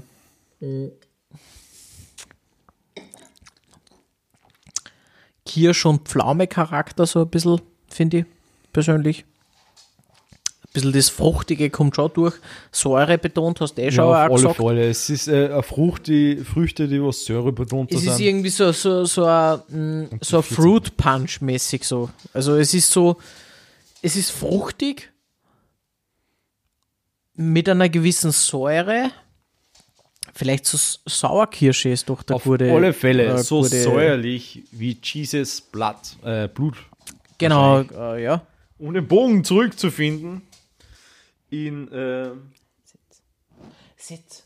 Kirsch- und Pflaume-Charakter so ein bisschen, finde ich persönlich. Ein bisschen das Fruchtige kommt schon durch. Säure betont, hast du schon
ja,
auch
auf
gesagt.
alle Fälle. Es ist eine Früchte, die was Säure betont
Es
sind.
ist irgendwie so ein Fruit Punch mäßig so. Also es ist fruchtig mit einer gewissen Säure. Vielleicht so Sauerkirsche ist doch der
auf
gute.
alle Fälle so
gute,
säuerlich wie Jesus Blut.
Genau, ja.
Um den Bogen zurückzufinden in
Sitz.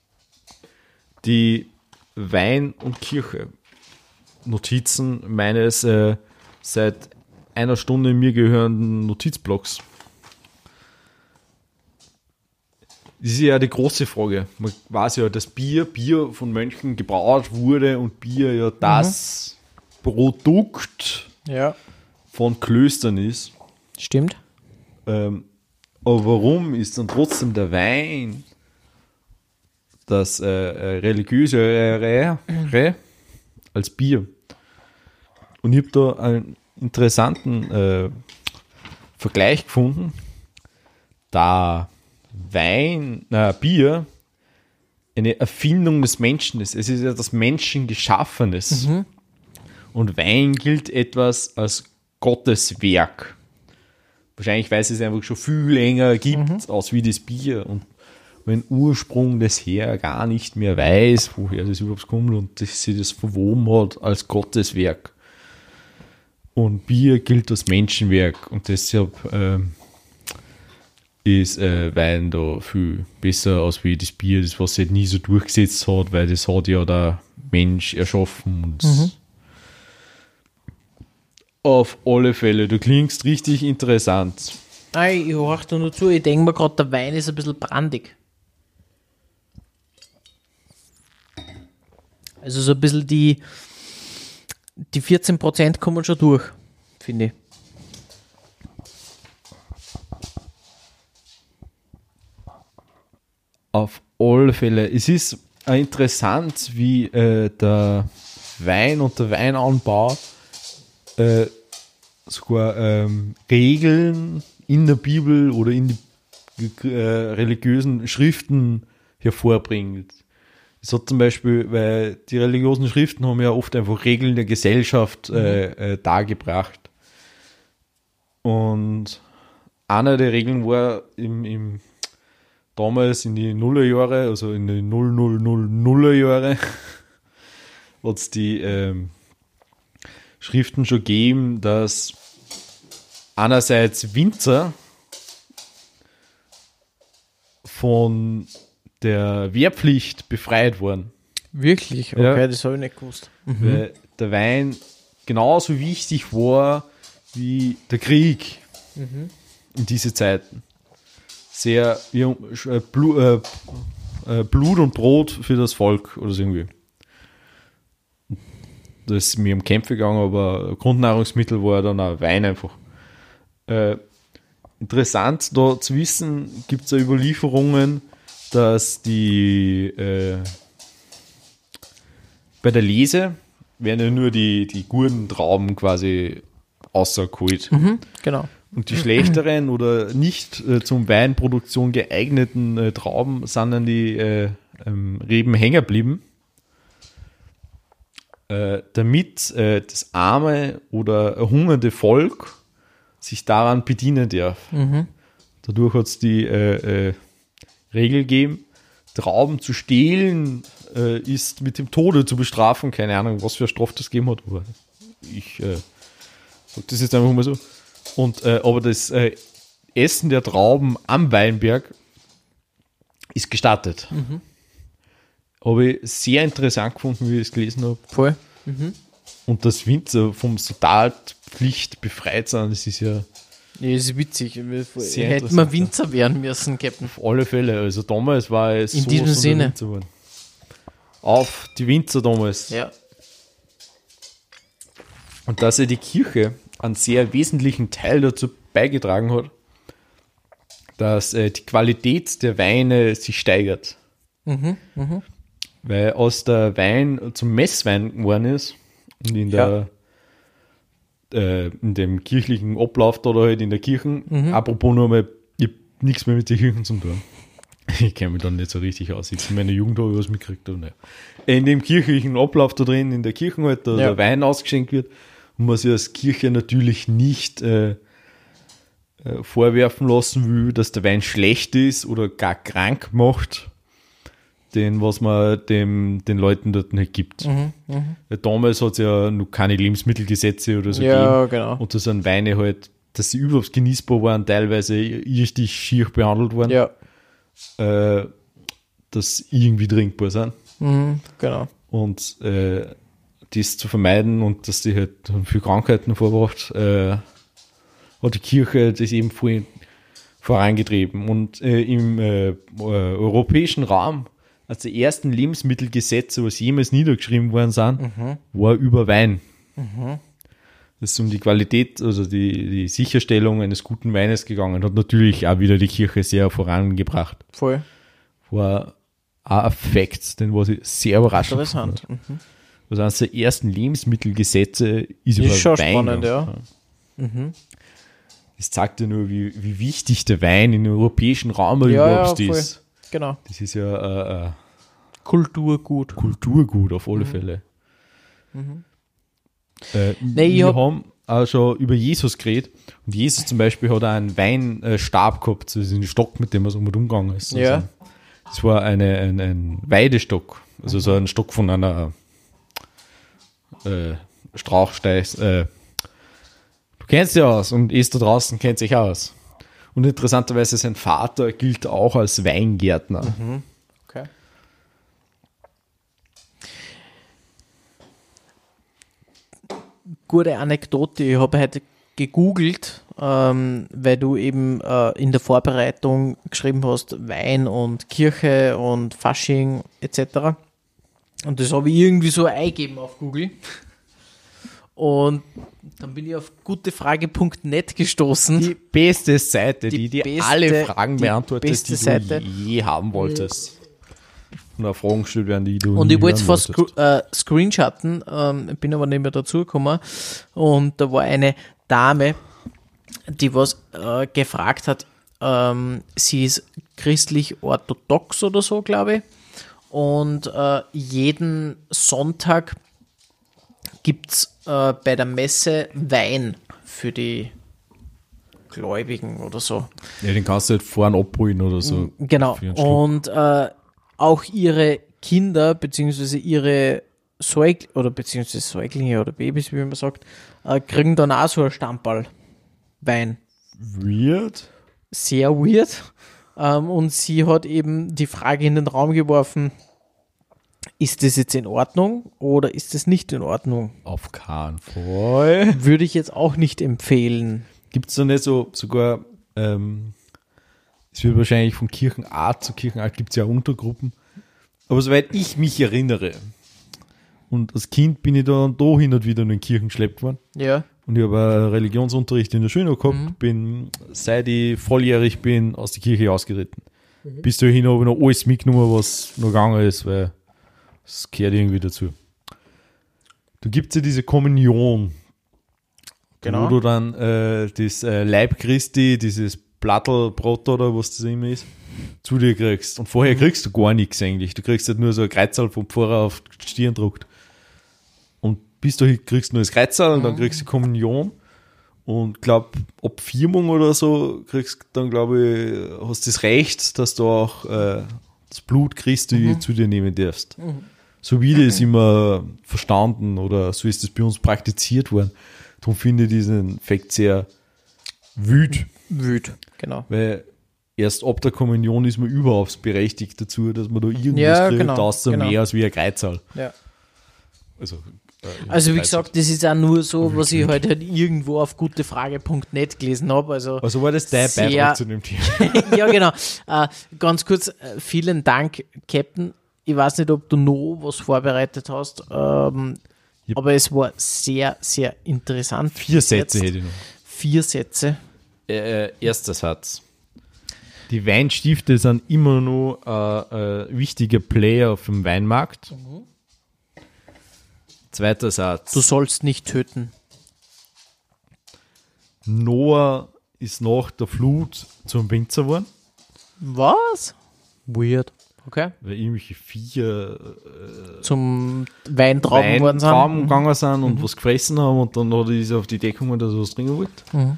die Wein- und Kirche Notizen meines seit einer Stunde mir gehörenden Notizblocks. Das ist ja die große Frage. Man weiß ja, dass Bier von Mönchen gebraut wurde und Bier ja das Produkt
Ja.
von Klöstern ist.
Stimmt.
Aber warum ist dann trotzdem der Wein das religiösere als Bier? Und ich habe da einen interessanten Vergleich gefunden, da Bier eine Erfindung des Menschen ist. Es ist ja das Menschengeschaffenes. Und Wein gilt etwas als Gottes Werk. Wahrscheinlich, weil es es einfach schon viel länger gibt, als wie das Bier. Und wenn Ursprung des her gar nicht mehr weiß, woher das überhaupt kommt und sich das verwoben hat als Gottes Werk. Und Bier gilt als Menschenwerk. Und deshalb ist Wein da viel besser als wie das Bier, das was sich nie so durchgesetzt hat, weil das hat ja der Mensch erschaffen. Und auf alle Fälle, du klingst richtig interessant.
Ich horch da nur zu, ich denke mir gerade, der Wein ist ein bisschen brandig. Also so ein bisschen die 14% kommen schon durch, finde ich.
Auf alle Fälle. Es ist interessant, wie der Wein und der Weinanbau sogar Regeln in der Bibel oder in die religiösen Schriften hervorbringt. Es hat zum Beispiel, weil die religiösen Schriften haben ja oft einfach Regeln der Gesellschaft dargebracht. Und einer der Regeln war damals in die Nullerjahre, also in die 0000er-Jahre, hat es die Schriften schon gegeben, dass einerseits Winzer von der Wehrpflicht befreit wurden.
Wirklich? Okay,
Ja.
das habe ich nicht gewusst.
Weil der Wein genauso wichtig war wie der Krieg in diese Zeiten. Sehr Blut und Brot für das Volk oder so irgendwie. Das ist mir um Kämpfe gegangen, aber Grundnahrungsmittel war dann auch Wein einfach. Interessant da zu wissen, gibt es ja Überlieferungen, dass die bei der Lese werden ja nur die guten Trauben quasi außergeholt.
Genau.
Und die schlechteren oder nicht zum Weinproduktion geeigneten Trauben sind dann die Reben hängen geblieben, damit das arme oder hungernde Volk sich daran bedienen darf. Dadurch hat es die Regel gegeben, Trauben zu stehlen ist mit dem Tode zu bestrafen. Keine Ahnung, was für eine Strafe das gegeben hat, aber ich sage das jetzt einfach mal so. Und aber das Essen der Trauben am Weinberg ist gestattet. Habe ich sehr interessant gefunden, wie ich es gelesen habe.
Voll.
Und dass Winzer vom Soldatpflicht befreit sind, das ist ja
Ja, das ist witzig.
Sehr
Hätten
interessant,
wir Winzer werden müssen, Captain.
auf alle Fälle. Also damals war es
In diesem
von der
Sinne.
Winzer geworden. Auf die Winzer damals.
Ja.
Und dass ja die Kirche einen sehr wesentlichen Teil dazu beigetragen hat, dass die Qualität der Weine sich steigert. Weil als der Wein zum Messwein geworden ist und in dem kirchlichen Ablauf da halt in der Kirche, apropos nur mal, ich habe nichts mehr mit den Kirchen zu tun. Ich kenne mich dann nicht so richtig aus. In meiner Jugend habe ich was mitgekriegt. Aber naja. In dem kirchlichen Ablauf da drin, in der Kirche halt, da der Wein ausgeschenkt wird, und man sich als Kirche natürlich nicht vorwerfen lassen will, dass der Wein schlecht ist oder gar krank macht, was man den Leuten dort nicht gibt. Weil damals hat es ja noch keine Lebensmittelgesetze oder so gegeben.
Genau.
Und da sind Weine halt, dass sie überhaupt genießbar waren, teilweise richtig schier behandelt worden.
Ja.
Dass irgendwie trinkbar sind.
Genau.
Und das zu vermeiden und dass die halt viel Krankheiten vorbracht, hat die Kirche das eben vorangetrieben. Und im europäischen Raum, als die ersten Lebensmittelgesetze, was jemals niedergeschrieben worden sind, war über Wein. Das ist um die Qualität, also die Sicherstellung eines guten Weines gegangen. Hat natürlich auch wieder die Kirche sehr vorangebracht.
Voll.
War auch ein Fakt, den was ich sehr überraschend
Interessant.
fand. was eines der ersten Lebensmittelgesetze ist
Ist
über
schon
Wein.
spannend, ja.
Das zeigt ja nur, wie wichtig der Wein im europäischen Raum
Ja,
überhaupt
voll.
ist.
Genau.
Das ist ja
Kulturgut.
Kulturgut auf alle Fälle.
Nee, ich
wir
hab-
haben auch schon über Jesus geredet und Jesus zum Beispiel hat auch einen Weinstab gehabt, das ist ein Stock, mit dem er so mit umgegangen ist.
Ja.
Also, das war ein Weidestock, also so ein Stock von einer Strauchsteiß. Du kennst dich aus und ist da draußen kennt sich aus. Und interessanterweise sein Vater gilt auch als Weingärtner.
Okay. Gute Anekdote, ich habe heute gegoogelt, weil du eben in der Vorbereitung geschrieben hast, Wein und Kirche und Fasching etc. Und das habe ich irgendwie so eingegeben auf Google. Und dann bin ich auf gutefrage.net gestoßen.
Die beste Seite, die
beste-
alle Fragen
die
beantwortet,
beste
die
Seite.
du je haben wolltest. Und auch Fragen gestellt werden, die du
Und
nie
ich wollte es
hören
fast
wolltest.
screenshotten, bin aber nicht mehr dazugekommen. Und da war eine Dame, die was gefragt hat, sie ist christlich-orthodox oder so, glaube ich. Und jeden Sonntag gibt es bei der Messe Wein für die Gläubigen oder so.
Ja, den kannst du halt vorne abholen oder so.
Genau.
Für einen Schluck.
Und auch ihre Kinder, beziehungsweise ihre Säuglinge oder Babys, wie man sagt, kriegen dann auch so ein Stammball Wein.
Weird.
Sehr weird. Und sie hat eben die Frage in den Raum geworfen, ist das jetzt in Ordnung oder ist das nicht in Ordnung?
Auf keinen Fall.
Würde ich jetzt auch nicht empfehlen.
Gibt es da nicht so sogar, es wird wahrscheinlich von Kirchenart zu Kirchenart gibt es ja Untergruppen. Aber soweit ich mich erinnere, und als Kind bin ich da und da hin und wieder in den Kirchen geschleppt worden.
Ja.
Und ich habe einen Religionsunterricht in der Schule gehabt, bin, seit ich volljährig bin, aus der Kirche ausgeritten. Bis dahin habe ich noch alles mitgenommen, was noch gegangen ist, weil es gehört irgendwie dazu. Da gibt es ja diese Kommunion,
Genau.
wo du dann das Leib Christi, dieses Plattelbrot oder was das immer ist, zu dir kriegst. Und vorher kriegst du gar nichts eigentlich. Du kriegst halt nur so ein Kreuzerl vom Pfarrer auf die Stirn druckt. Und bis dahin kriegst du nur das Kreuzerl und dann kriegst du die Kommunion. Und glaub, ab Firmung oder so kriegst du dann, glaube ich, hast das Recht, dass du auch das Blut Christi zu dir nehmen darfst. So wie das immer verstanden oder so ist das bei uns praktiziert worden. Darum finde ich diesen Fakt sehr wütend.
Genau.
Weil erst ab der Kommunion ist man überhaupt berechtigt dazu, dass man da irgendwas
Ja,
kriegt,
genau,
außer
genau.
mehr als wie ein Kreuzerl.
Ja.
Also
Also wie
Kreuzerl.
gesagt, das ist auch nur so, was ich heute halt irgendwo auf gutefrage.net gelesen habe. Also
war das dein
sehr-
Beitrag zu dem Thema?
ja, genau. Ganz kurz, vielen Dank, Captain. Ich weiß nicht, ob du noch was vorbereitet hast, aber es war sehr, sehr interessant.
4 Sätze
Jetzt
hätte ich noch.
4 Sätze.
Erster Satz. Die Weinstifte sind immer noch ein wichtiger Player auf dem Weinmarkt. Zweiter Satz.
Du sollst nicht töten.
Noah ist nach der Flut zum Winzer geworden,
Was? Weird. Okay.
weil irgendwelche Viecher
Zum Weintrauben worden sind.
Weintrauben gegangen sind und was gefressen haben und dann hat er auf die Deckung und dass er was trinken wollte.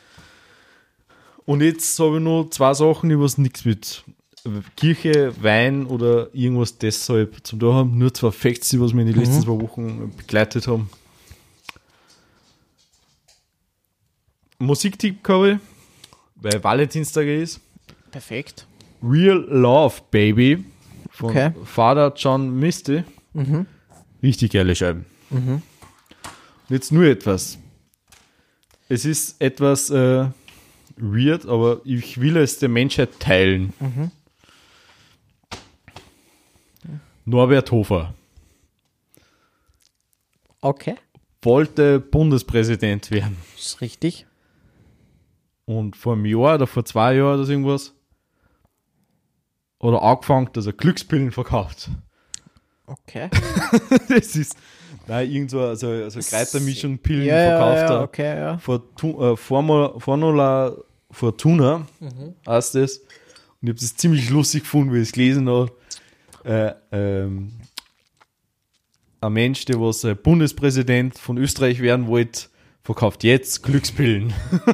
Und jetzt habe ich noch 2 Sachen, die was nichts mit Kirche, Wein oder irgendwas deshalb zum tun haben. Nur 2 Facts, die was mir in den letzten 2 Wochen begleitet haben. Musiktipp habe ich, weil Valentinstag ist.
Perfekt.
Real Love Baby von
Okay.
Father John Misty. Richtig geile Scheiben. Und jetzt nur etwas. Es ist etwas weird, aber ich will es der Menschheit teilen. Norbert Hofer
Okay.
wollte Bundespräsident werden.
Das ist richtig.
Und vor einem Jahr oder vor 2 Jahren oder so irgendwas, oder angefangen, dass er Glückspillen verkauft.
Okay.
Das ist, nein, irgend so eine Kräutermischung, Pillen verkauft er.
Okay, ja.
Formula Fortuna heißt das. Und ich habe das ziemlich lustig gefunden, wie ich es gelesen habe. Ein Mensch, der was Bundespräsident von Österreich werden wollte, verkauft jetzt Glückspillen.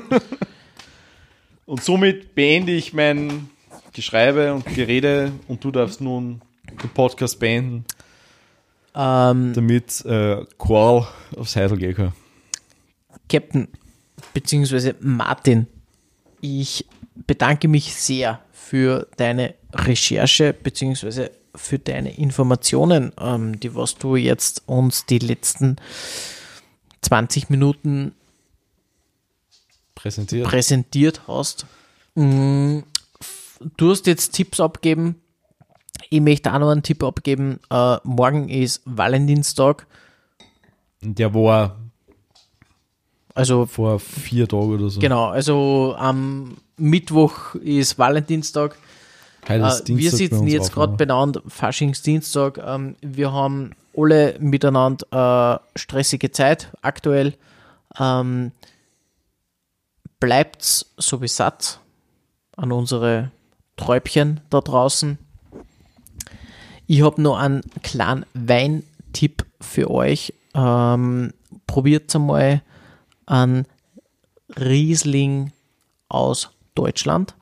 Und somit beende ich mein Geschreibe und Gerede und du darfst nun den Podcast beenden, damit Karl aufs Heidel gehen kann.
Captain, beziehungsweise Martin, ich bedanke mich sehr für deine Recherche, beziehungsweise für deine Informationen, die was du jetzt uns die letzten 20 Minuten präsentiert hast. Du hast jetzt Tipps abgeben. Ich möchte auch noch einen Tipp abgeben. Morgen ist Valentinstag.
Der war
also
vor 4 Tagen oder so.
Genau, also am Mittwoch ist Valentinstag. Wir sitzen jetzt gerade benannt Faschingsdienstag. Wir haben alle miteinander stressige Zeit aktuell. Bleibt's so wie satt an unsere Träubchen da draußen. Ich habe noch einen kleinen Weintipp für euch. Probiert einmal einen Riesling aus Deutschland.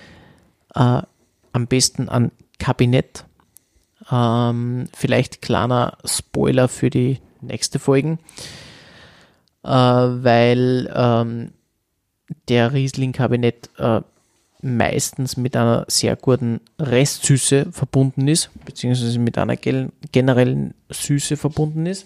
Am besten ein Kabinett. Vielleicht kleiner Spoiler für die nächste Folge, weil der Riesling-Kabinett meistens mit einer sehr guten Restsüße verbunden ist, beziehungsweise mit einer generellen Süße verbunden ist.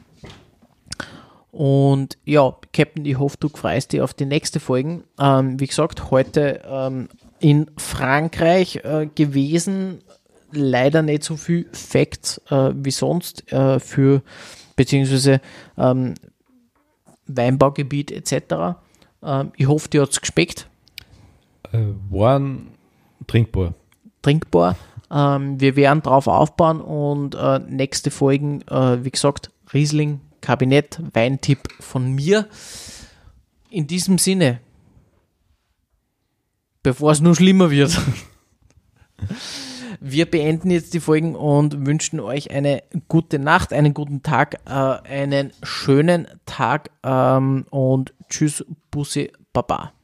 Und ja, Captain, ich hoffe, du freust dich auf die nächste Folge. Wie gesagt, heute in Frankreich gewesen, leider nicht so viel Facts wie sonst beziehungsweise Weinbaugebiet etc. Ich hoffe, dir hat es geschmeckt.
Waren trinkbar.
Wir werden drauf aufbauen und nächste Folgen, wie gesagt, Riesling, Kabinett, Weintipp von mir. In diesem Sinne, bevor es nur schlimmer wird, wir beenden jetzt die Folgen und wünschen euch eine gute Nacht, einen guten Tag, einen schönen Tag und tschüss, Bussi, Baba.